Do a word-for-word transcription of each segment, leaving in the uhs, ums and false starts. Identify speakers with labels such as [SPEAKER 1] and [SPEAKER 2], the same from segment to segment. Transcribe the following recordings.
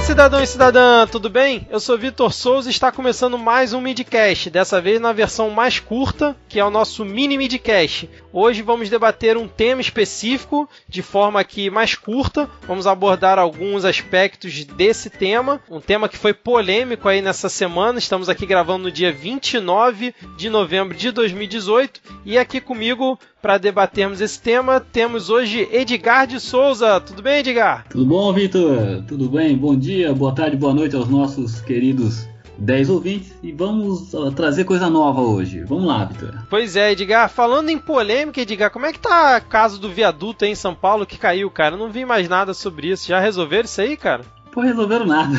[SPEAKER 1] cidadão e cidadã, tudo bem? Eu sou Vitor Souza e está começando mais um Midcast, dessa vez na versão mais curta, que é o nosso mini Midcast. Hoje vamos debater um tema específico, de forma aqui mais curta, vamos abordar alguns aspectos desse tema, um tema que foi polêmico aí nessa semana, estamos aqui gravando no dia vinte e nove de novembro de dois mil e dezoito, e aqui comigo, para debatermos esse tema, temos hoje Edgar de Souza. Tudo bem, Edgar?
[SPEAKER 2] Tudo bom, Vitor? Tudo bem? Bom dia, boa tarde, boa noite aos nossos queridos dez ouvintes. E vamos uh, trazer coisa nova hoje. Vamos lá, Vitor.
[SPEAKER 1] Pois é, Edgar. Falando em polêmica, Edgar, como é que tá o caso do viaduto aí em São Paulo que caiu, cara? Eu não vi mais nada sobre isso. Já resolveram isso aí, cara?
[SPEAKER 2] Pô, resolveram nada.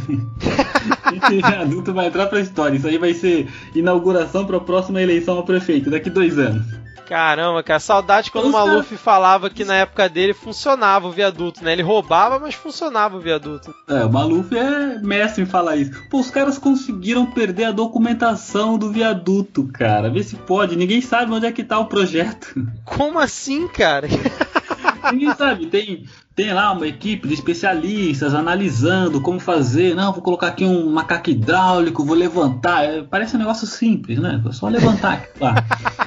[SPEAKER 2] Esse viaduto vai entrar pra história. Isso aí vai ser inauguração para a próxima eleição ao prefeito, daqui dois anos.
[SPEAKER 1] Caramba, cara, saudade quando o Maluf falava que na época dele funcionava o viaduto, né? Ele roubava, mas funcionava o viaduto.
[SPEAKER 2] É, o Maluf é mestre em falar isso. Pô, os caras conseguiram perder a documentação do viaduto, cara. Vê se pode, ninguém sabe onde é que tá o projeto.
[SPEAKER 1] Como assim, cara?
[SPEAKER 2] Ninguém sabe, tem, tem lá uma equipe de especialistas analisando como fazer. Não, vou colocar aqui um macaco hidráulico, vou levantar. É, parece um negócio simples, né? É só levantar aqui, lá.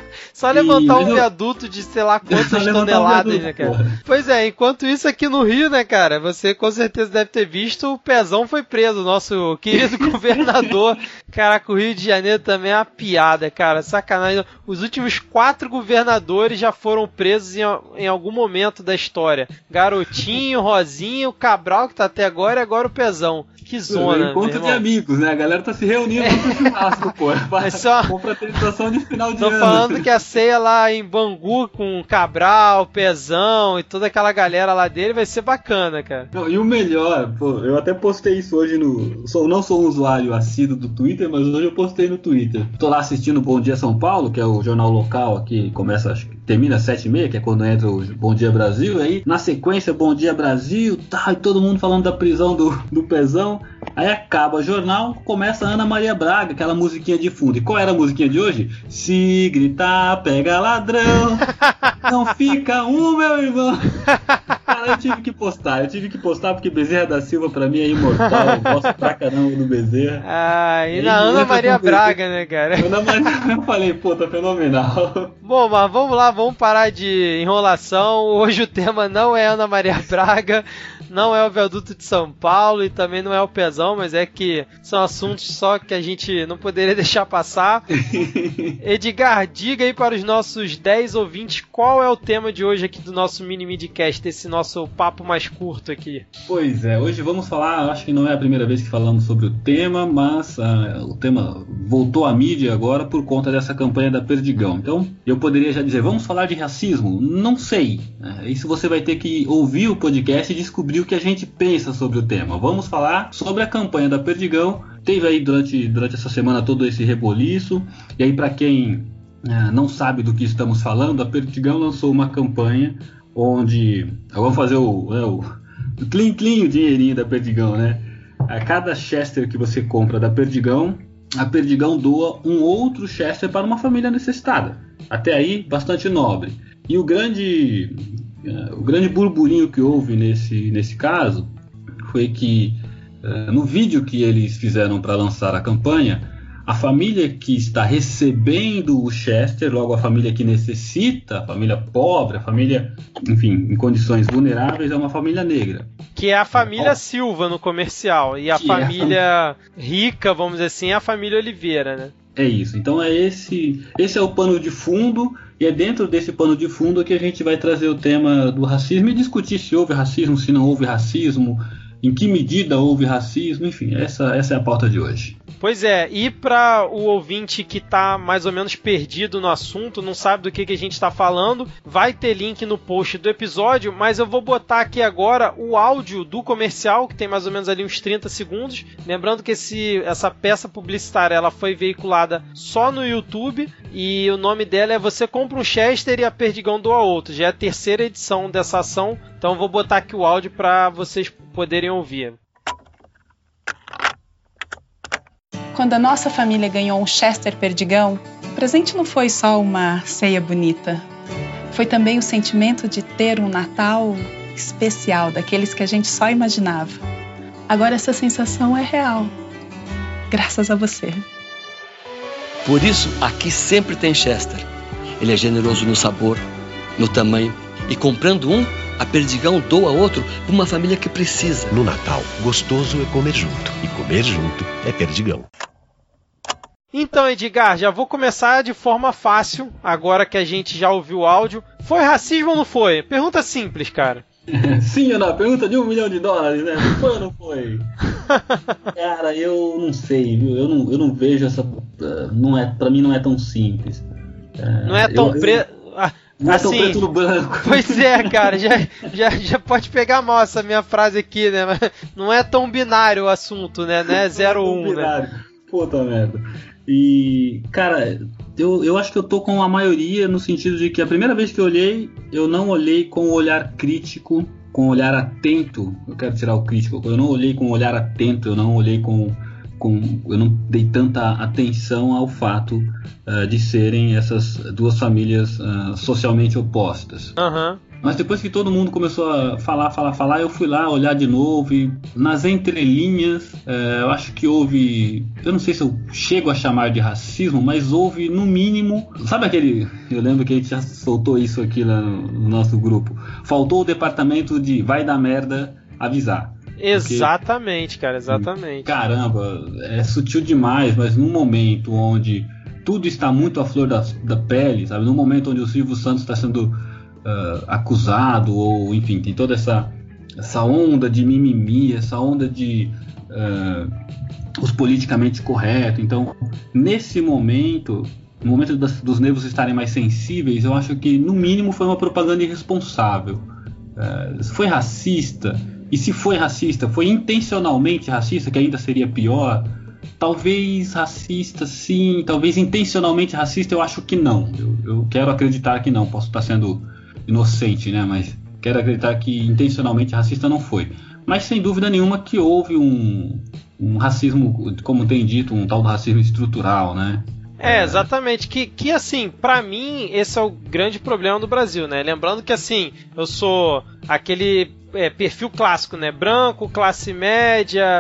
[SPEAKER 1] Só levantar
[SPEAKER 2] e,
[SPEAKER 1] um eu... viaduto de sei lá quantas toneladas, um viaduto, né, cara? Porra. Pois é, enquanto isso aqui no Rio, né, cara, você com certeza deve ter visto, o Pezão foi preso, nosso querido governador. Caraca, o Rio de Janeiro também é uma piada, cara, sacanagem. Os últimos quatro governadores já foram presos em, em algum momento da história. Garotinho, Rosinho, Cabral, que tá até agora, e agora o Pezão. Que zona,
[SPEAKER 2] encontro de amigos, né? A galera tá se reunindo é. pro churrasco, pô.
[SPEAKER 1] É só...
[SPEAKER 2] confraternização de final de
[SPEAKER 1] Tô
[SPEAKER 2] ano.
[SPEAKER 1] Tô falando que a ceia lá em Bangu com Cabral, Pezão e toda aquela galera lá dele vai ser bacana, cara.
[SPEAKER 2] Não, e o melhor, pô, eu até postei isso hoje no... Sou, não sou um usuário assíduo do Twitter, mas hoje eu postei no Twitter. Tô lá assistindo o Bom Dia São Paulo, que é o jornal local aqui, começa, acho que termina às sete e meia, que é quando entra o Bom Dia Brasil, aí na sequência Bom Dia Brasil, tá, e todo mundo falando da prisão do, do Pezão. Aí acaba o jornal, começa a Ana Maria Braga, aquela musiquinha de fundo. E qual era a musiquinha de hoje? Se gritar, pega ladrão, não fica um, meu irmão. Cara, eu tive que postar, eu tive que postar porque Bezerra da Silva pra mim é imortal, eu gosto pra caramba do Bezerra.
[SPEAKER 1] Ah, e, e na Ana Maria Braga, né, cara?
[SPEAKER 2] Ana Maria, eu falei, pô, tá fenomenal.
[SPEAKER 1] Bom, mas vamos lá, vamos parar de enrolação. Hoje o tema não é Ana Maria Braga, não é o viaduto de São Paulo e também não é o Pezão, mas é que são assuntos só que a gente não poderia deixar passar. Edgar, diga aí para os nossos dez ouvintes qual é o tema de hoje aqui do nosso mini midcast, desse nosso papo mais curto aqui.
[SPEAKER 2] Pois é, hoje vamos falar, acho que não é a primeira vez que falamos sobre o tema, mas uh, o tema voltou à mídia agora por conta dessa campanha da Perdigão. Então, eu poderia já dizer, vamos falar de racismo? Não sei. Né? Isso você vai ter que ouvir o podcast e descobrir o que a gente pensa sobre o tema. Vamos falar sobre a campanha da Perdigão. Teve aí durante, durante essa semana todo esse reboliço. E aí, para quem uh, não sabe do que estamos falando, a Perdigão lançou uma campanha onde... Vamos fazer o, é, o, o clean clean, o dinheirinho da Perdigão, né? A cada Chester que você compra da Perdigão, a Perdigão doa um outro Chester para uma família necessitada. Até aí, bastante nobre. E o grande, uh, o grande burburinho que houve nesse, nesse caso foi que uh, no vídeo que eles fizeram para lançar a campanha, a família que está recebendo o Chester, logo a família que necessita, a família pobre, a família, enfim, em condições vulneráveis, é uma família negra.
[SPEAKER 1] Que é a família oh. Silva no comercial. E a que família é a fam... rica, vamos dizer assim, é a família Oliveira, né?
[SPEAKER 2] É isso. Então é esse, esse é o pano de fundo, e é dentro desse pano de fundo que a gente vai trazer o tema do racismo e discutir se houve racismo, se não houve racismo, em que medida houve racismo, enfim, essa, essa é a pauta de hoje.
[SPEAKER 1] Pois é, e para o ouvinte que está mais ou menos perdido no assunto, não sabe do que, que a gente está falando, vai ter link no post do episódio, mas eu vou botar aqui agora o áudio do comercial, que tem mais ou menos ali uns trinta segundos. Lembrando que esse, essa peça publicitária ela foi veiculada só no YouTube e o nome dela é Você Compra um Chester e a Perdigão doa outro. Já é a terceira edição dessa ação, então eu vou botar aqui o áudio para vocês poderem ouvir.
[SPEAKER 3] Quando a nossa família ganhou um Chester Perdigão, o presente não foi só uma ceia bonita. Foi também o sentimento de ter um Natal especial, daqueles que a gente só imaginava. Agora essa sensação é real, graças a você.
[SPEAKER 4] Por isso, aqui sempre tem Chester. Ele é generoso no sabor, no tamanho, e comprando um, a Perdigão doa outro para uma família que precisa.
[SPEAKER 5] No Natal, gostoso é comer junto, e comer junto é Perdigão.
[SPEAKER 1] Então, Edgar, já vou começar de forma fácil, agora que a gente já ouviu o áudio. Foi racismo ou não foi? Pergunta simples, cara.
[SPEAKER 2] Sim ou não? Pergunta de um milhão de dólares, né? Foi ou não foi? Cara, eu não sei, viu? Eu não, eu não vejo essa... Não é, pra mim não é tão simples.
[SPEAKER 1] Não é tão preto...
[SPEAKER 2] Não
[SPEAKER 1] assim,
[SPEAKER 2] é tão preto no branco.
[SPEAKER 1] Pois é, cara, já, já, já pode pegar mal essa minha frase aqui, né? Não é tão binário o assunto, né? Não é zero ou um, né?
[SPEAKER 2] Puta merda. E, cara, eu, eu acho que eu tô com a maioria no sentido de que a primeira vez que eu olhei, eu não olhei com o olhar crítico, com o olhar atento. Eu quero tirar o crítico. Eu não olhei com o olhar atento, eu não olhei com... com eu não dei tanta atenção ao fato uh, de serem essas duas famílias uh, socialmente opostas.
[SPEAKER 1] Aham. Uhum.
[SPEAKER 2] Mas depois que todo mundo começou a falar, falar, falar, eu fui lá olhar de novo e nas entrelinhas, é, eu acho que houve, eu não sei se eu chego a chamar de racismo, mas houve no mínimo, sabe aquele, eu lembro que a gente já soltou isso aqui lá no, no nosso grupo, faltou o departamento de vai dar merda avisar.
[SPEAKER 1] Exatamente, porque, cara, exatamente.
[SPEAKER 2] Caramba, é sutil demais, mas num momento onde tudo está muito à flor da, da pele, sabe, num momento onde o Silvio Santos está sendo... Uh, acusado, ou enfim, tem toda essa, essa onda de mimimi, essa onda de uh, os politicamente corretos. Então, nesse momento, no momento das, dos nervos estarem mais sensíveis, eu acho que, no mínimo, foi uma propaganda irresponsável. Uh, foi racista, e se foi racista, foi intencionalmente racista, que ainda seria pior. Talvez racista, sim, talvez intencionalmente racista, eu acho que não. Eu, eu quero acreditar que não, posso estar sendo inocente, né? Mas quero acreditar que intencionalmente racista não foi. Mas sem dúvida nenhuma que houve um, um racismo, como tem dito, um tal do racismo estrutural, né?
[SPEAKER 1] É, exatamente, que, que assim, pra mim, esse é o grande problema do Brasil, né? Lembrando que, assim, eu sou aquele é, perfil clássico, né? Branco, classe média,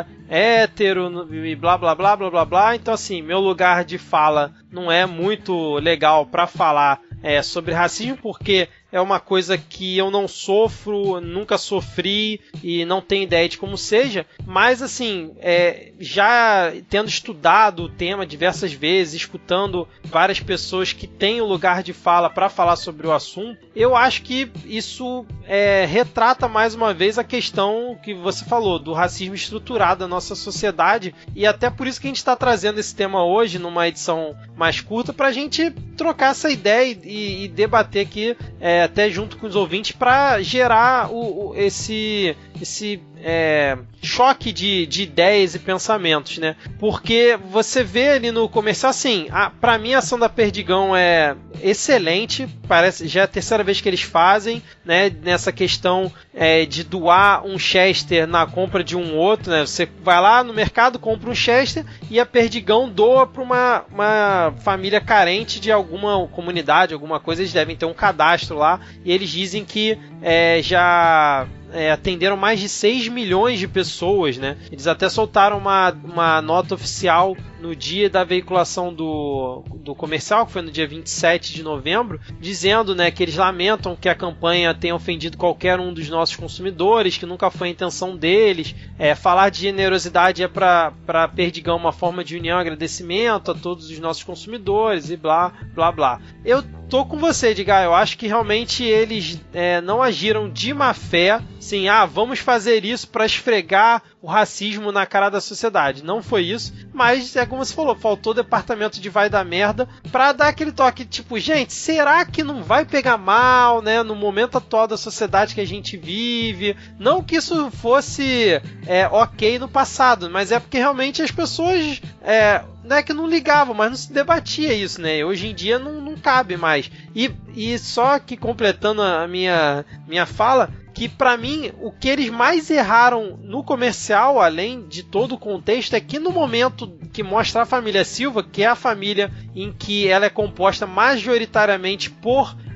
[SPEAKER 1] hétero e blá blá blá blá blá blá. Então, assim, meu lugar de fala não é muito legal pra falar é, sobre racismo, porque é uma coisa que eu não sofro, nunca sofri e não tenho ideia de como seja, mas assim, é, já tendo estudado o tema diversas vezes, escutando várias pessoas que têm o lugar de fala para falar sobre o assunto, eu acho que isso é, retrata mais uma vez a questão que você falou, do racismo estruturado da nossa sociedade, e até por isso que a gente está trazendo esse tema hoje, numa edição mais curta, para a gente trocar essa ideia e, e debater aqui é, até junto com os ouvintes para gerar o, o, esse, esse é, choque de, de ideias e pensamentos, né? Porque você vê ali no comercial, assim, a, pra mim a ação da Perdigão é excelente, parece já é a terceira vez que eles fazem, né? Nessa questão é, de doar um Chester na compra de um outro, né? Você vai lá no mercado, compra um Chester e a Perdigão doa para uma, uma família carente de alguma comunidade, alguma coisa, eles devem ter um cadastro lá, e eles dizem que é, já é, atenderam mais de seis milhões de pessoas, né? Eles até soltaram uma, uma nota oficial no dia da veiculação do, do comercial, que foi no dia vinte e sete de novembro, dizendo, né, que eles lamentam que a campanha tenha ofendido qualquer um dos nossos consumidores, que nunca foi a intenção deles. É, falar de generosidade é para Perdigão uma forma de união e agradecimento a todos os nossos consumidores e blá, blá, blá. Eu tô com você, Edgar, eu acho que realmente eles é, não agiram de má fé, sim, ah, vamos fazer isso para esfregar o racismo na cara da sociedade. Não foi isso, mas é como você falou, faltou o departamento de vai dar merda pra dar aquele toque, tipo, gente, será que não vai pegar mal, né, no momento atual da sociedade que a gente vive? Não que isso fosse é, ok no passado, mas é porque realmente as pessoas é, não é que não ligavam, mas não se debatia isso, né? Hoje em dia não, não cabe mais. E, e só que completando a minha, minha fala, que pra mim o que eles mais erraram no comercial, além de todo o contexto, é que no momento que mostra a família Silva, que é a família em que ela é composta majoritariamente por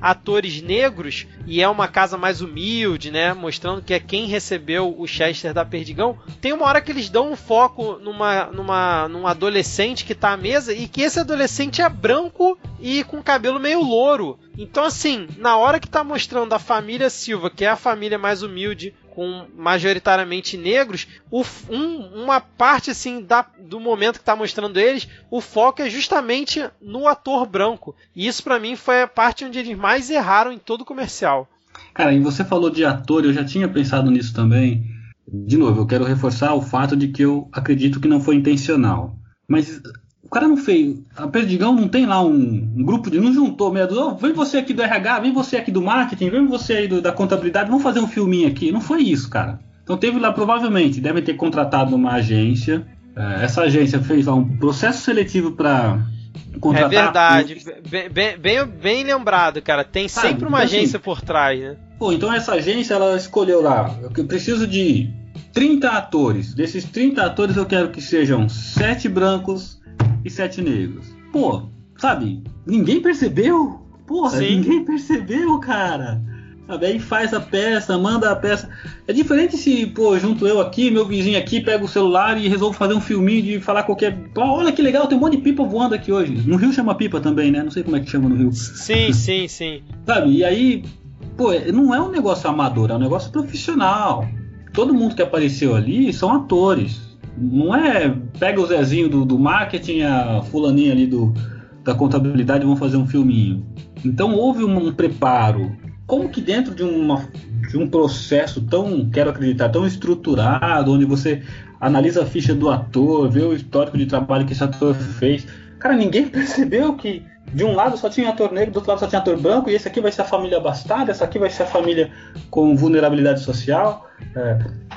[SPEAKER 1] atores negros, e é uma casa mais humilde, né, mostrando que é quem recebeu o Chester da Perdigão, tem uma hora que eles dão um foco numa, numa, num adolescente que tá à mesa, e que esse adolescente é branco e com cabelo meio louro. Então, assim, na hora que tá mostrando a família Silva, que é a família mais humilde, com majoritariamente negros, o, um, uma parte assim da, do momento que tá mostrando eles, o foco é justamente no ator branco. E isso pra mim foi a parte onde eles mais erraram em todo o comercial.
[SPEAKER 2] Cara, e você falou de ator, eu já tinha pensado nisso também. De novo, eu quero reforçar o fato de que eu acredito que não foi intencional. Mas o cara não fez. A Perdigão não tem lá um, um grupo de. Não juntou meio do. Oh, vem você aqui do R H, vem você aqui do marketing, vem você aí do, da contabilidade, vamos fazer um filminho aqui. Não foi isso, cara. Então teve lá, provavelmente, devem ter contratado uma agência. É, essa agência fez lá um processo seletivo para contratar.
[SPEAKER 1] É verdade. Um... Bem, bem, bem, bem lembrado, cara. Tem sempre ah, uma então, agência assim, por trás, né?
[SPEAKER 2] Pô, então essa agência, ela escolheu lá. Eu preciso de trinta atores. Desses trinta atores eu quero que sejam sete brancos e sete negros. Pô, sabe? Ninguém percebeu? Porra, Sim. ninguém percebeu, cara. Sabe? Aí faz a peça, manda a peça. É diferente se, pô, junto eu aqui, meu vizinho aqui, pega o celular e resolve fazer um filminho de falar qualquer... Pô, olha que legal, tem um monte de pipa voando aqui hoje. No Rio chama pipa também, né? Não sei como é que chama no Rio.
[SPEAKER 1] Sim, sim, sim.
[SPEAKER 2] Sabe? E aí, pô, não é um negócio amador, é um negócio profissional. Todo mundo que apareceu ali são atores. Não é pega o Zezinho do, do marketing, a fulaninha ali do, da contabilidade e vão fazer um filminho. Então houve um, um preparo. Como que dentro de, uma, de um processo tão, quero acreditar, tão estruturado, onde você analisa a ficha do ator, vê o histórico de trabalho que esse ator fez. Cara, ninguém percebeu que de um lado só tinha ator negro, do outro lado só tinha ator branco, e esse aqui vai ser a família abastada, essa aqui vai ser a família com vulnerabilidade social. É...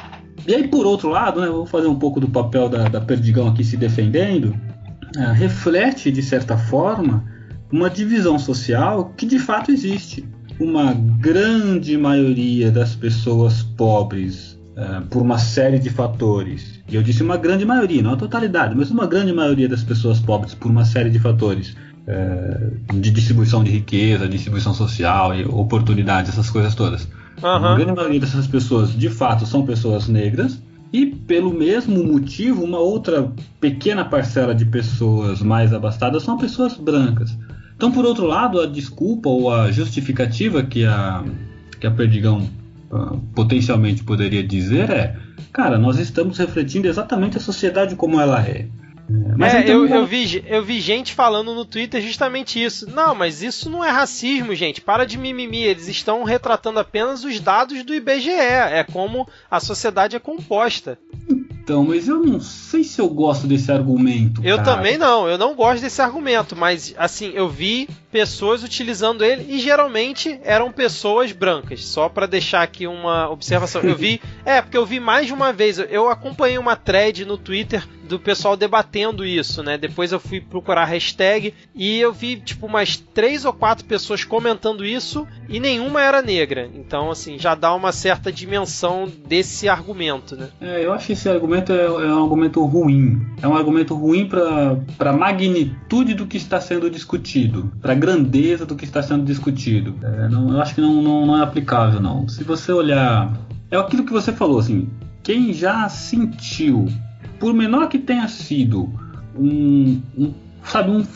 [SPEAKER 2] E aí, por outro lado, né, vou fazer um pouco do papel da, da Perdigão aqui se defendendo, é, reflete, de certa forma, uma divisão social que de fato existe. Uma grande maioria das pessoas pobres, é, por uma série de fatores, e eu disse uma grande maioria, não a totalidade, mas uma grande maioria das pessoas pobres por uma série de fatores, é, de distribuição de riqueza, distribuição social, e oportunidades, essas coisas todas. Uhum. A grande maioria dessas pessoas, de fato, são pessoas negras, e pelo mesmo motivo, uma outra pequena parcela de pessoas mais abastadas são pessoas brancas. Então, por outro lado, a desculpa ou a justificativa que a, que a Perdigão uh, potencialmente poderia dizer é: cara, nós estamos refletindo exatamente a sociedade como ela é.
[SPEAKER 1] Mas é, eu, eu, vi, eu vi gente falando no Twitter justamente isso. Não, mas isso não é racismo, gente. Para de mimimi. Eles estão retratando apenas os dados do I B G E. É como a sociedade é composta.
[SPEAKER 2] Então, mas eu não sei se eu gosto desse argumento.
[SPEAKER 1] Eu
[SPEAKER 2] cara.
[SPEAKER 1] também não. Eu não gosto desse argumento. Mas, assim, eu vi pessoas utilizando ele e geralmente eram pessoas brancas. Só para deixar aqui uma observação. Eu vi... É, porque eu vi mais de uma vez. Eu acompanhei uma thread no Twitter do pessoal debatendo isso, né? Depois eu fui procurar a hashtag e eu vi, tipo, umas três ou quatro pessoas comentando isso e nenhuma era negra. Então, assim, já dá uma certa dimensão desse argumento, né?
[SPEAKER 2] É, eu acho que esse argumento é, é um argumento ruim. É um argumento ruim para a magnitude do que está sendo discutido, para a grandeza do que está sendo discutido. É, não, eu acho que não, não, não é aplicável, não. Se você olhar... É aquilo que você falou, assim, quem já sentiu, por menor que tenha sido um, um, sabe, um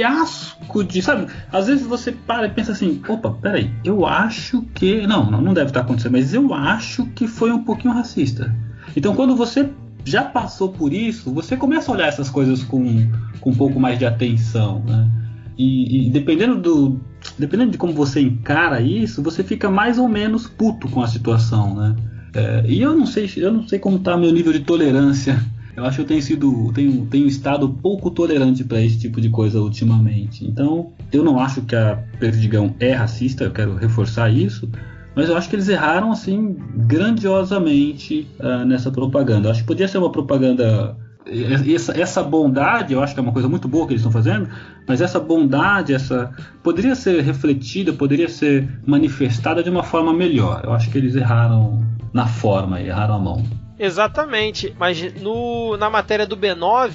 [SPEAKER 2] fiasco de, sabe, às vezes você para e pensa assim, opa, peraí, eu acho que, não, não, não deve estar acontecendo, mas eu acho que foi um pouquinho racista. Então quando você já passou por isso, você começa a olhar essas coisas com, com um pouco mais de atenção, né? E, e dependendo do, dependendo de como você encara isso, você fica mais ou menos puto com a situação, né? É, e eu não sei, eu não sei como está meu nível de tolerância. Eu acho que eu tenho sido, tenho, tenho estado pouco tolerante para esse tipo de coisa ultimamente. Então, eu não acho que a Perdigão é racista, eu quero reforçar isso, mas eu acho que eles erraram assim grandiosamente uh, nessa propaganda. Eu acho que podia ser uma propaganda, essa, essa bondade, eu acho que é uma coisa muito boa que eles estão fazendo, mas essa bondade, essa poderia ser refletida, poderia ser manifestada de uma forma melhor. Eu acho que eles erraram na forma, erraram a mão.
[SPEAKER 1] Exatamente, mas no, na matéria do B nove,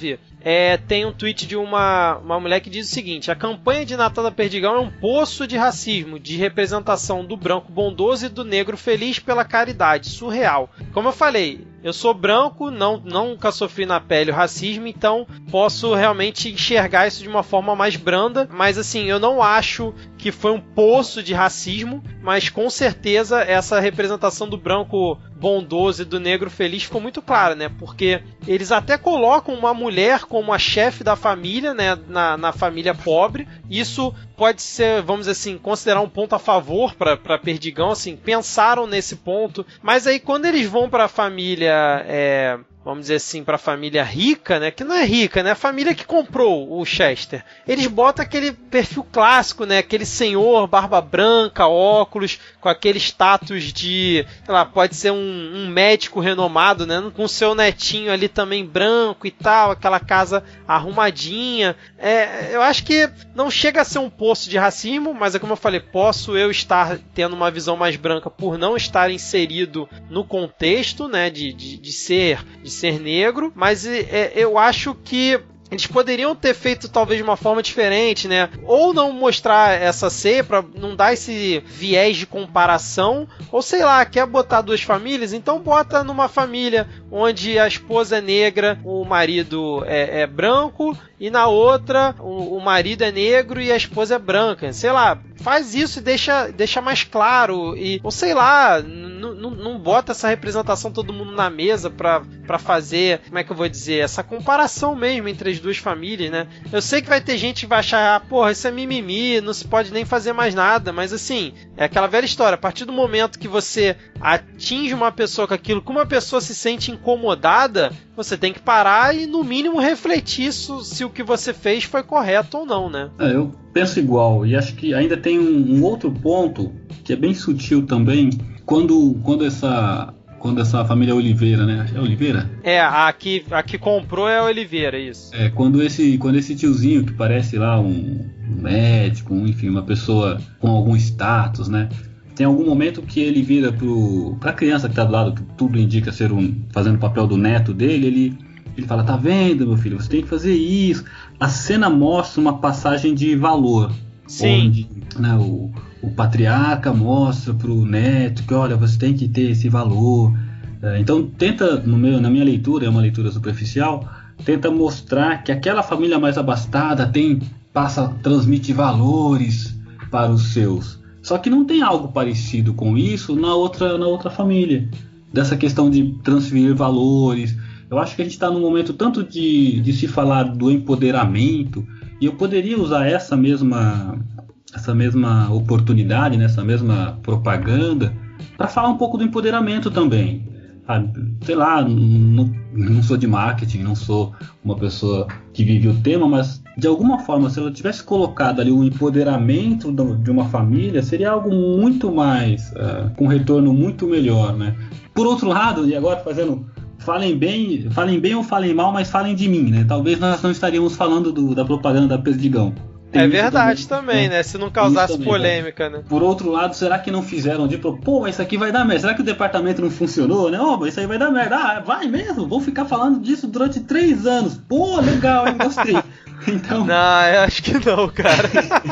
[SPEAKER 1] é, tem um tweet de uma, uma mulher que diz o seguinte: a campanha de Natal da Perdigão é um poço de racismo, de representação do branco bondoso e do negro feliz pela caridade, surreal. Como eu falei, eu sou branco, não, nunca sofri na pele o racismo, então posso realmente enxergar isso de uma forma mais branda, mas assim, eu não acho que foi um poço de racismo, mas com certeza essa representação do branco bondoso e do negro feliz ficou muito clara, né? Porque eles até colocam uma mulher como a chefe da família, né? Na, na família pobre. Isso pode ser, vamos dizer assim, considerar um ponto a favor para Perdigão, assim, pensaram nesse ponto. Mas aí quando eles vão para a família, é, vamos dizer assim, para a família rica, né? Que não é rica, né? A família que comprou o Chester. Eles botam aquele perfil clássico, né? Aquele senhor, barba branca, óculos, com aquele status de, sei lá, pode ser um, um médico renomado, né? Com seu netinho ali também branco e tal, aquela casa arrumadinha. É, eu acho que não chega a ser um poço de racismo, mas é como eu falei, posso eu estar tendo uma visão mais branca por não estar inserido no contexto, né? De, de, de ser... De ser negro, mas é, eu acho que eles poderiam ter feito talvez de uma forma diferente, né? Ou não mostrar essa ceia para não dar esse viés de comparação, ou sei lá, quer botar duas famílias, então bota numa família onde a esposa é negra, o marido é, é branco, e na outra o, o marido é negro e a esposa é branca. Sei lá, faz isso e deixa, deixa mais claro, e, ou sei lá, não bota essa representação todo mundo na mesa pra, pra fazer, como é que eu vou dizer, essa comparação mesmo entre as duas famílias, né? Eu sei que vai ter gente que vai achar, ah, porra, isso é mimimi, não se pode nem fazer mais nada, mas assim, é aquela velha história, a partir do momento que você atinge uma pessoa com aquilo, que uma pessoa se sente incomodada, você tem que parar e no mínimo refletir isso, se o que você fez foi correto ou não, né?
[SPEAKER 2] É, eu penso igual, e acho que ainda tem um, um outro ponto que é bem sutil também, quando, quando essa... Quando essa família Oliveira, né? É Oliveira?
[SPEAKER 1] É, a que, a que comprou é a Oliveira, isso.
[SPEAKER 2] É, quando esse, quando esse tiozinho que parece lá um médico, um, enfim, uma pessoa com algum status, né? Tem algum momento que ele vira pro, pra criança que tá do lado, que tudo indica ser um, fazendo o papel do neto dele, ele, ele fala, tá vendo, meu filho, você tem que fazer isso. A cena mostra uma passagem de valor.
[SPEAKER 1] Sim.
[SPEAKER 2] Onde, né, o... O patriarca mostra pro neto que, olha, você tem que ter esse valor. Então, tenta, no meu, na minha leitura, é uma leitura superficial, tenta mostrar que aquela família mais abastada tem, passa, transmite valores para os seus. Só que não tem algo parecido com isso na outra, na outra família. Dessa questão de transferir valores. Eu acho que a gente está num momento tanto de, de se falar do empoderamento, e eu poderia usar essa mesma... essa mesma oportunidade, né, essa mesma propaganda, para falar um pouco do empoderamento também. Sabe? Sei lá, não, não sou de marketing, não sou uma pessoa que vive o tema, mas de alguma forma, se ela tivesse colocado ali o empoderamento de uma família, seria algo muito mais, uh, com retorno muito melhor, né? Por outro lado, e agora fazendo... Falem bem, falem bem ou falem mal, mas falem de mim, né? Talvez nós não estaríamos falando do, da propaganda da Perdigão.
[SPEAKER 1] Tem é verdade também, também, né? Se não causasse também, polêmica, né?
[SPEAKER 2] Por outro lado, será que não fizeram de pro... pô, mas isso aqui vai dar merda? Será que o departamento não funcionou, né? Ó, oh, isso aí vai dar merda. Ah, vai mesmo? Vou ficar falando disso durante três anos. Pô, legal, hein? Gostei. Então...
[SPEAKER 1] Não, eu acho que não, cara.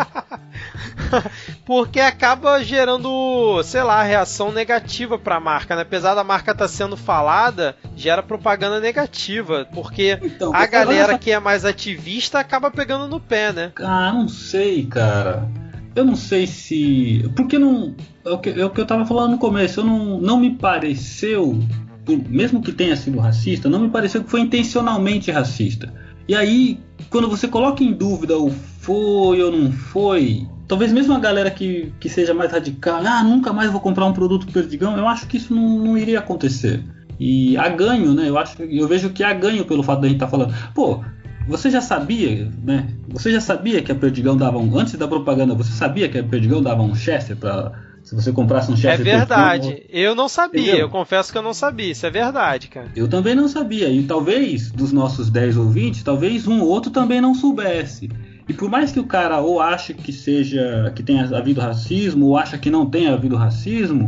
[SPEAKER 1] Porque acaba gerando, sei lá, reação negativa pra marca, né? Apesar da marca estar tá sendo falada, gera propaganda negativa. Porque então, a galera essa... que é mais ativista acaba pegando no pé, né?
[SPEAKER 2] Ah, não sei, cara. Eu não sei se... Porque não... É o que, é o que eu tava falando no começo. Eu não, não me pareceu, mesmo que tenha sido racista, não me pareceu que foi intencionalmente racista. E aí, quando você coloca em dúvida o foi ou não foi... Talvez mesmo a galera que, que seja mais radical, ah, nunca mais vou comprar um produto Perdigão, eu acho que isso não, não iria acontecer. E há ganho, né? Eu, acho, eu vejo que há ganho pelo fato de a gente estar falando. Pô, você já sabia, né? Você já sabia que a Perdigão dava um... Antes da propaganda, você sabia que a Perdigão dava um Chester pra... Se você comprasse um Chester...
[SPEAKER 1] É verdade. Perdigão, eu não sabia. Entendeu? Eu confesso que eu não sabia. Isso é verdade, cara.
[SPEAKER 2] Eu também não sabia. E talvez, dos nossos dez ouvintes, talvez um ou outro também não soubesse. E por mais que o cara ou ache que seja que tenha havido racismo, ou acha que não tenha havido racismo,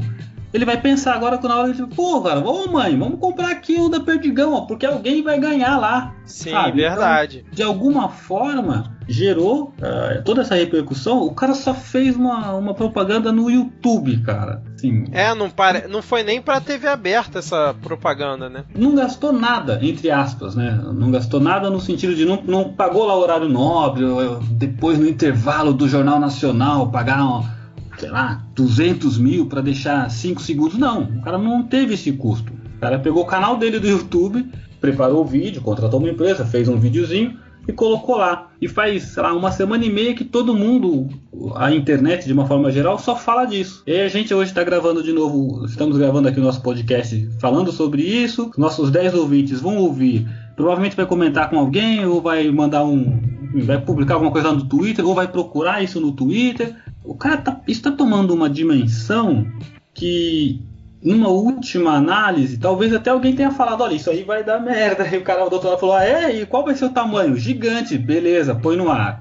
[SPEAKER 2] ele vai pensar agora na hora de, pô, cara, vamos mãe, vamos comprar aqui o da Perdigão, ó, porque alguém vai ganhar lá.
[SPEAKER 1] Sim,
[SPEAKER 2] sabe?
[SPEAKER 1] verdade.
[SPEAKER 2] Então, de alguma forma, gerou uh, toda essa repercussão. O cara só fez uma, uma propaganda no YouTube, cara. Assim,
[SPEAKER 1] é, não, pare... não foi nem pra T V aberta essa propaganda, né?
[SPEAKER 2] Não gastou nada, entre aspas, né? Não gastou nada no sentido de não, não pagou lá o horário nobre, depois no intervalo do Jornal Nacional, pagar, sei lá, duzentos mil pra deixar cinco segundos. Não, o cara não teve esse custo. O cara pegou o canal dele do YouTube, preparou o vídeo, contratou uma empresa, fez um videozinho e colocou lá. E faz, sei lá, uma semana e meia que todo mundo, a internet de uma forma geral, só fala disso. E a gente hoje está gravando de novo, estamos gravando aqui o nosso podcast falando sobre isso. Nossos dez ouvintes vão ouvir, provavelmente vai comentar com alguém, ou vai mandar um, vai publicar alguma coisa no Twitter, ou vai procurar isso no Twitter. O cara tá, isso está tomando uma dimensão que, numa última análise, talvez até alguém tenha falado, olha, isso aí vai dar merda. E o cara, o doutor falou, ah, é? E qual vai ser o tamanho? Gigante, beleza, põe no ar.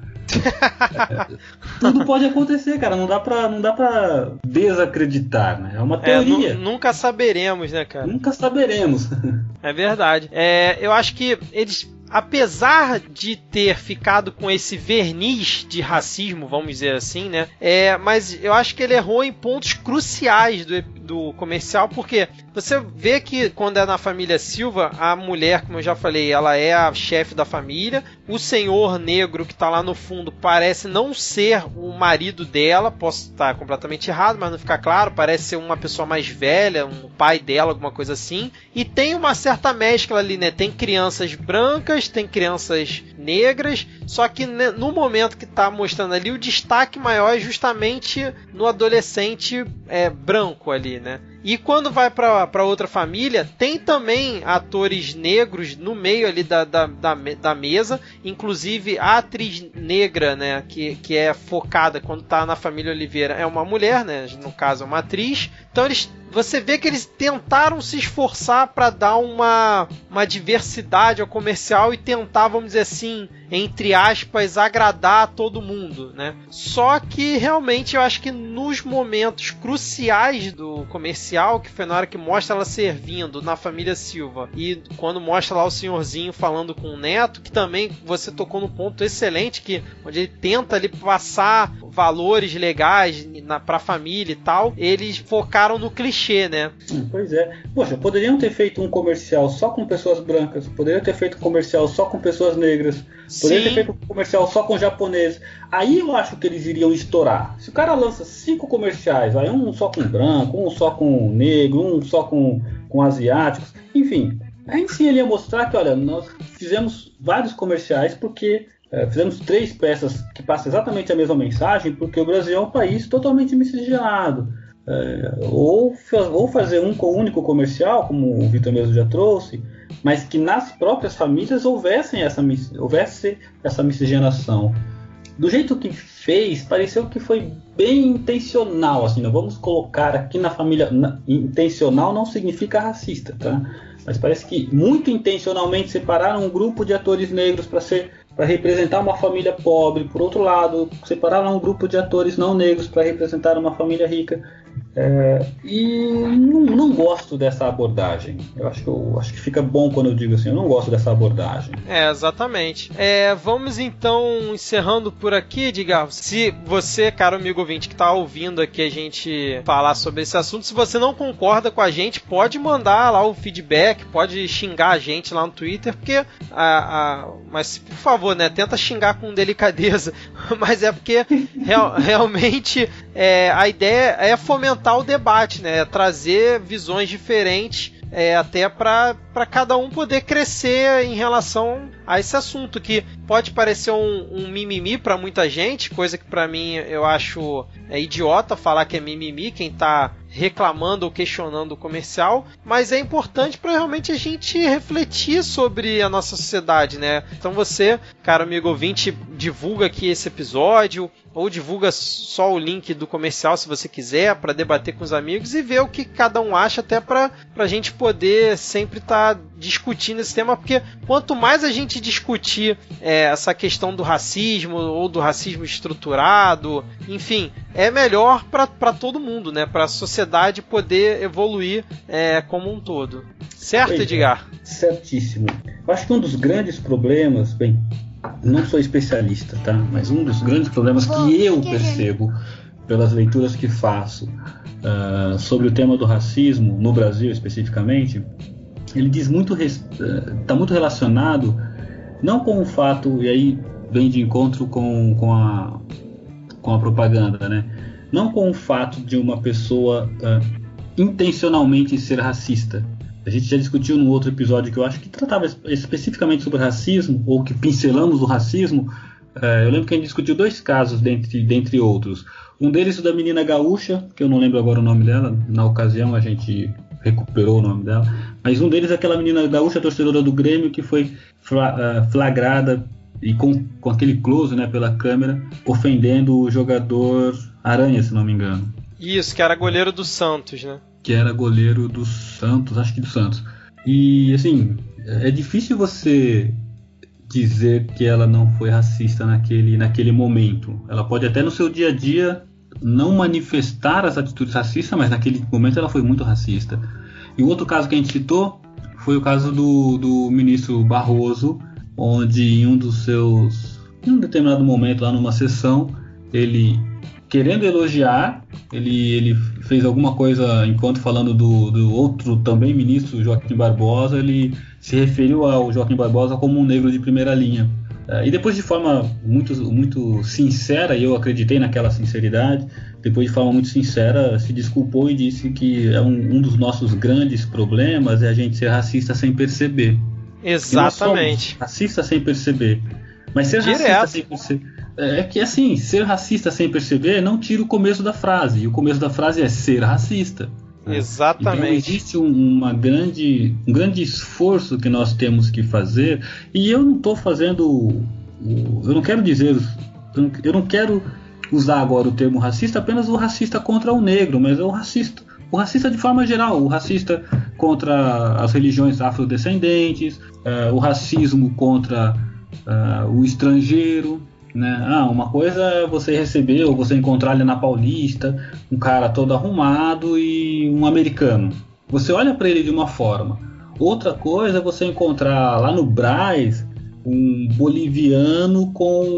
[SPEAKER 2] é, tudo pode acontecer, cara, não dá pra, não dá pra desacreditar, né? É uma teoria.
[SPEAKER 1] É, nunca saberemos, né, cara?
[SPEAKER 2] Nunca saberemos.
[SPEAKER 1] É verdade. É, eu acho que eles, apesar de ter ficado com esse verniz de racismo, vamos dizer assim, né? É, mas eu acho que ele errou em pontos cruciais do, do comercial, porque você vê que quando é na família Silva, a mulher, como eu já falei, ela é a chefe da família. O senhor negro que tá lá no fundo parece não ser o marido dela, posso estar completamente errado, mas não fica claro, parece ser uma pessoa mais velha, um pai dela, alguma coisa assim. E tem uma certa mescla ali, né? Tem crianças brancas, tem crianças negras, só que no momento que está mostrando ali, o destaque maior é justamente no adolescente é, branco ali, né? E quando vai para outra família, tem também atores negros no meio ali da, da, da, da mesa, inclusive a atriz negra, né, que, que é focada quando está na família Oliveira, é uma mulher, né, no caso é uma atriz. Então eles, você vê que eles tentaram se esforçar para dar uma, uma diversidade ao comercial e tentar, vamos dizer assim, entre aspas, agradar a todo mundo, né? Só que realmente eu acho que nos momentos cruciais do comercial, que foi na hora que mostra ela servindo na família Silva e quando mostra lá o senhorzinho falando com o neto, que também você tocou num ponto excelente, que onde ele tenta ali passar valores legais para a família e tal, eles focaram no clichê, né?
[SPEAKER 2] Hum, pois é. Poxa, poderiam ter feito um comercial só com pessoas brancas, poderiam ter feito um comercial só com pessoas negras, poderiam ter feito um comercial só com japoneses. Aí eu acho que eles iriam estourar. Se o cara lança cinco comerciais, aí um só com branco, um só com negro, um só com, com asiáticos, enfim, aí sim ele ia mostrar que, olha, nós fizemos vários comerciais porque é, fizemos três peças que passam exatamente a mesma mensagem, porque o Brasil é um país totalmente miscigenado. É, ou, ou fazer um único comercial, como o Vitor mesmo já trouxe, mas que nas próprias famílias houvessem essa, houvesse essa miscigenação. Do jeito que fez, pareceu que foi bem intencional, assim, não vamos colocar aqui na família, na, intencional não significa racista, tá? Mas parece que muito intencionalmente separaram um grupo de atores negros para ser para representar uma família pobre, por outro lado, separaram um grupo de atores não negros para representar uma família rica. É, e não, não gosto dessa abordagem. Eu acho, que eu acho que fica bom quando eu digo assim, eu não gosto dessa abordagem.
[SPEAKER 1] É, exatamente. É, vamos então encerrando por aqui, Edgar. Se você, caro amigo ouvinte, que está ouvindo aqui a gente falar sobre esse assunto, se você não concorda com a gente, pode mandar lá o feedback, pode xingar a gente lá no Twitter, porque a, a, mas por favor, né, tenta xingar com delicadeza, mas é porque real, realmente é, a ideia é fomentar o debate, né? Trazer visões diferentes, é, até para cada um poder crescer em relação a esse assunto, que pode parecer um, um mimimi para muita gente, coisa que para mim eu acho é idiota falar que é mimimi quem está reclamando ou questionando o comercial, mas é importante para realmente a gente refletir sobre a nossa sociedade, né? Então você, caro amigo ouvinte, divulga aqui esse episódio, ou divulga só o link do comercial se você quiser, para debater com os amigos e ver o que cada um acha, até para a gente poder sempre estar tá discutindo esse tema, porque quanto mais a gente discutir é, essa questão do racismo ou do racismo estruturado, enfim, é melhor para todo mundo, né? Para a sociedade poder evoluir é, como um todo. Certo, pois Edgar?
[SPEAKER 2] É, certíssimo. Eu acho que um dos grandes problemas, bem, não sou especialista, tá? Mas um dos grandes problemas que eu percebo pelas leituras que faço uh, sobre o tema do racismo no Brasil especificamente, ele diz muito está uh, muito relacionado não com o fato, e aí vem de encontro com, com, a, com a propaganda, né? Não com o fato de uma pessoa uh, intencionalmente ser racista. A gente já discutiu num outro episódio que eu acho que tratava especificamente sobre racismo, ou que pincelamos o racismo. Uh, eu lembro que a gente discutiu dois casos, dentre, dentre outros. Um deles o da menina gaúcha, que eu não lembro agora o nome dela, na ocasião a gente recuperou o nome dela. Mas um deles é aquela menina gaúcha, torcedora do Grêmio, que foi flagrada e com, com aquele close, né, pela câmera, ofendendo o jogador Aranha, se não me engano.
[SPEAKER 1] Isso, que era goleiro do Santos, né?
[SPEAKER 2] Que era goleiro do Santos, acho que do Santos. E, assim, é difícil você dizer que ela não foi racista naquele, naquele momento. Ela pode até no seu dia a dia não manifestar as atitudes racistas, mas naquele momento ela foi muito racista. E o outro caso que a gente citou foi o caso do, do ministro Barroso, onde em um dos seus, em um determinado momento lá numa sessão, ele, querendo elogiar, ele, ele fez alguma coisa enquanto falando do, do outro também ministro, Joaquim Barbosa, ele se referiu ao Joaquim Barbosa como um negro de primeira linha. E depois de forma muito, muito sincera, e eu acreditei naquela sinceridade, depois de forma muito sincera se desculpou e disse que é um, um dos nossos grandes problemas é a gente ser racista sem perceber.
[SPEAKER 1] Exatamente.
[SPEAKER 2] Racista sem perceber. Mas ser
[SPEAKER 1] Direto.
[SPEAKER 2] racista sem perceber... É que assim, ser racista sem perceber não tira o começo da frase. E o começo da frase é ser racista.
[SPEAKER 1] Exatamente.
[SPEAKER 2] Então existe um, uma grande, um grande esforço que nós temos que fazer, e eu não estou fazendo, eu não quero dizer, eu não quero usar agora o termo racista apenas o racista contra o negro, mas é o racista, o racista de forma geral, o racista contra as religiões afrodescendentes, uh, o racismo contra uh, o estrangeiro. Né? Ah, uma coisa é você receber ou você encontrar ali na Paulista um cara todo arrumado e um americano. Você olha para ele de uma forma. Outra coisa é você encontrar lá no Brás um boliviano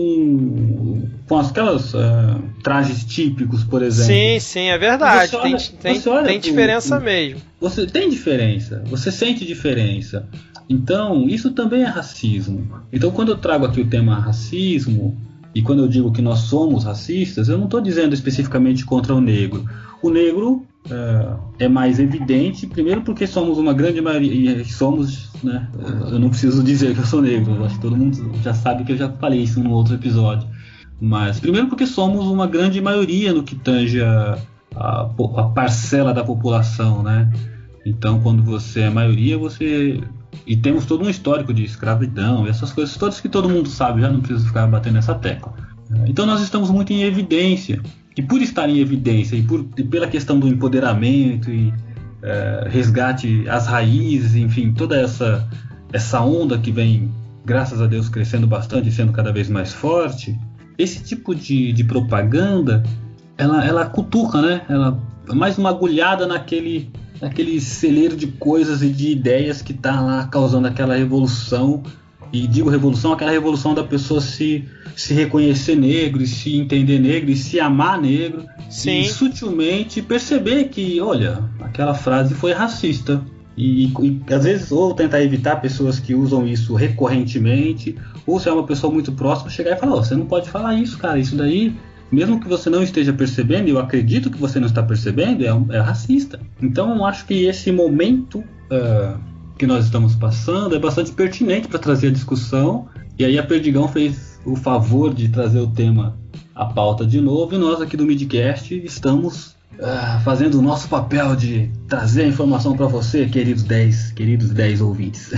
[SPEAKER 2] com, com aquelas uh, trajes típicos, por exemplo.
[SPEAKER 1] Sim, sim, é verdade.
[SPEAKER 2] Olha,
[SPEAKER 1] tem tem, tem diferença pro, mesmo.
[SPEAKER 2] Você tem diferença, você sente diferença. Então, isso também é racismo. Então, quando eu trago aqui o tema racismo, e quando eu digo que nós somos racistas, eu não estou dizendo especificamente contra o negro. O negro uh, é mais evidente, primeiro porque somos uma grande maioria, e somos, né, eu não preciso dizer que eu sou negro, eu acho que todo mundo já sabe que eu já falei isso num outro episódio. Mas, primeiro porque somos uma grande maioria no que tange a, a, a parcela da população, né? Então, quando você é maioria, você... E temos todo um histórico de escravidão, essas coisas todas que todo mundo sabe, já não preciso ficar batendo nessa tecla. Então nós estamos muito em evidência, e por estar em evidência, e, por, e pela questão do empoderamento, e é, resgate às raízes, enfim, toda essa, essa onda que vem, graças a Deus, crescendo bastante e sendo cada vez mais forte, esse tipo de, de propaganda, ela, ela cutuca, né? Ela é mais uma agulhada naquele... aquele celeiro de coisas e de ideias que está lá causando aquela revolução, e digo revolução, aquela revolução da pessoa se, se reconhecer negro, e se entender negro, e se amar negro. Sim. E sutilmente perceber que, olha, aquela frase foi racista. E, e às vezes ou tentar evitar pessoas que usam isso recorrentemente, ou se é uma pessoa muito próxima, chegar e falar, oh, você não pode falar isso, cara, isso daí... Mesmo que você não esteja percebendo, e eu acredito que você não está percebendo, é, é racista. Então eu acho que esse momento uh, que nós estamos passando é bastante pertinente para trazer a discussão. E aí a Perdigão fez o favor de trazer o tema à pauta de novo, e nós aqui do Midcast estamos uh, fazendo o nosso papel de trazer a informação para você, queridos dez, queridos dez ouvintes.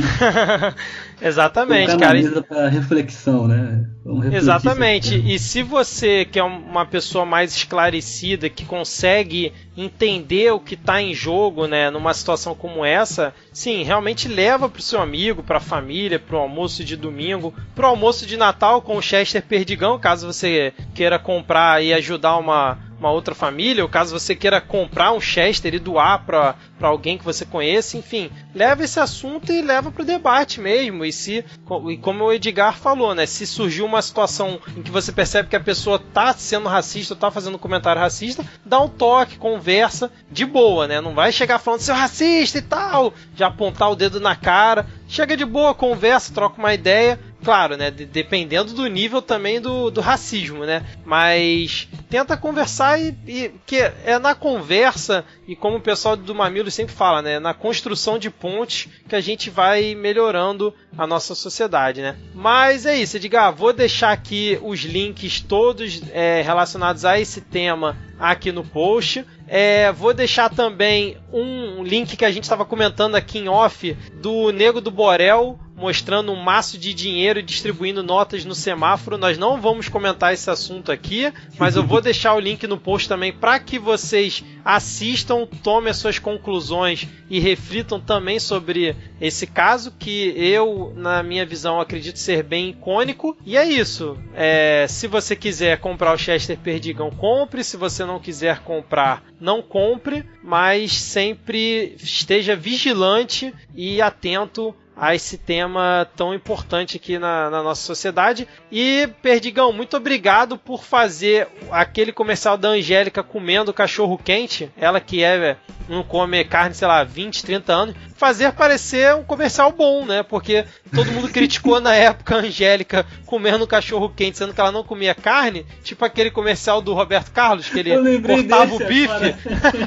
[SPEAKER 1] Exatamente, cara.
[SPEAKER 2] Para reflexão, né?
[SPEAKER 1] Exatamente. E se você que é uma pessoa mais esclarecida, que consegue entender o que está em jogo, né, numa situação como essa, sim, realmente leva para o seu amigo, para a família, para o almoço de domingo, para o almoço de Natal com o Chester Perdigão, caso você queira comprar e ajudar uma uma outra família, ou caso você queira comprar um Chester e doar para alguém que você conheça, enfim, leva esse assunto e leva para o debate mesmo. E se, e como o Edgar falou, né, se surgiu uma situação em que você percebe que a pessoa está sendo racista, está fazendo um comentário racista, dá um toque, conversa de boa, né? Não vai chegar falando seu racista e tal, já apontar o dedo na cara. Chega de boa, conversa, troca uma ideia. Claro, né, de, dependendo do nível também do, do racismo, né, mas tenta conversar e, e que é na conversa, e como o pessoal do Mamilos sempre fala, né, na construção de pontes que a gente vai melhorando a nossa sociedade, né. Mas é isso, Edgar, vou deixar aqui os links todos é, relacionados a esse tema aqui no post. É, vou deixar também um link que a gente estava comentando aqui em off do Nego do Borel, mostrando um maço de dinheiro e distribuindo notas no semáforo. Nós não vamos comentar esse assunto aqui, mas eu vou deixar o link no post também para que vocês assistam, tomem as suas conclusões e reflitam também sobre esse caso, que eu, na minha visão, acredito ser bem icônico. E é isso. É, se você quiser comprar o Chester Perdigão, compre. Se você não quiser comprar, não compre, mas sempre esteja vigilante e atento a esse tema tão importante aqui na, na nossa sociedade. E, Perdigão, muito obrigado por fazer aquele comercial da Angélica comendo cachorro quente, ela que é, não come carne, sei lá, vinte, trinta anos, fazer parecer um comercial bom, né? Porque todo mundo criticou na época a Angélica comendo cachorro quente, sendo que ela não comia carne, tipo aquele comercial do Roberto Carlos, que ele cortava o bife.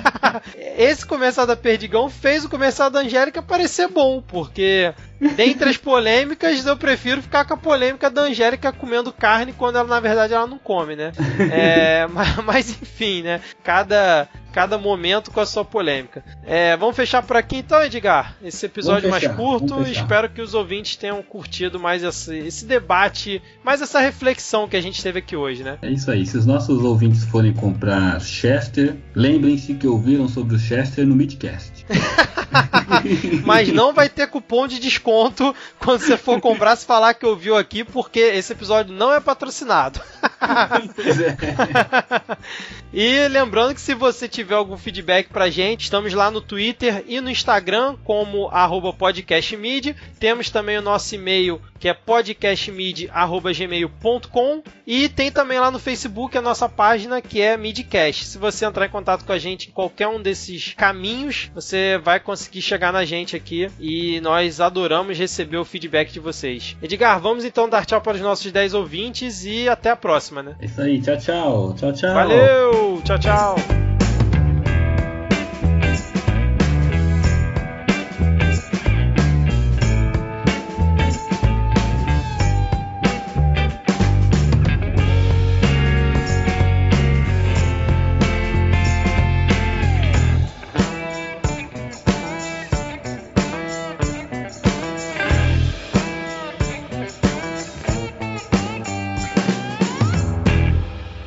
[SPEAKER 1] Esse comercial da Perdigão fez o comercial da Angélica parecer bom, porque dentre as polêmicas, eu prefiro ficar com a polêmica da Angélica comendo carne quando ela, na verdade, ela não come, né? É, mas, mas enfim, né? Cada, cada momento com a sua polêmica. É, vamos fechar por aqui então, Edgar? Esse episódio mais curto. Espero que os ouvintes tenham curtido mais esse, esse debate, mais essa reflexão que a gente teve aqui hoje, né?
[SPEAKER 2] É isso aí. Se os nossos ouvintes forem comprar Chester, lembrem-se que ouviram sobre o Chester no Midcast.
[SPEAKER 1] Mas não vai ter cupom de desconto quando você for comprar, se falar que ouviu aqui, porque esse episódio não é patrocinado.
[SPEAKER 2] Pois é.
[SPEAKER 1] E lembrando que se você tiver algum feedback pra gente, estamos lá no Twitter e no Instagram como arroba podcastmid. Temos também o nosso e-mail, que é podcastmid arroba gmail ponto com, e tem também lá no Facebook a nossa página, que é Midcast. Se você entrar em contato com a gente em qualquer um desses caminhos, você vai conseguir chegar na gente aqui, e nós adoramos receber o feedback de vocês. Edgar, vamos então dar tchau para os nossos dez ouvintes e até a próxima, né?
[SPEAKER 2] É isso aí, tchau, tchau. Tchau, tchau.
[SPEAKER 1] Valeu, tchau, tchau.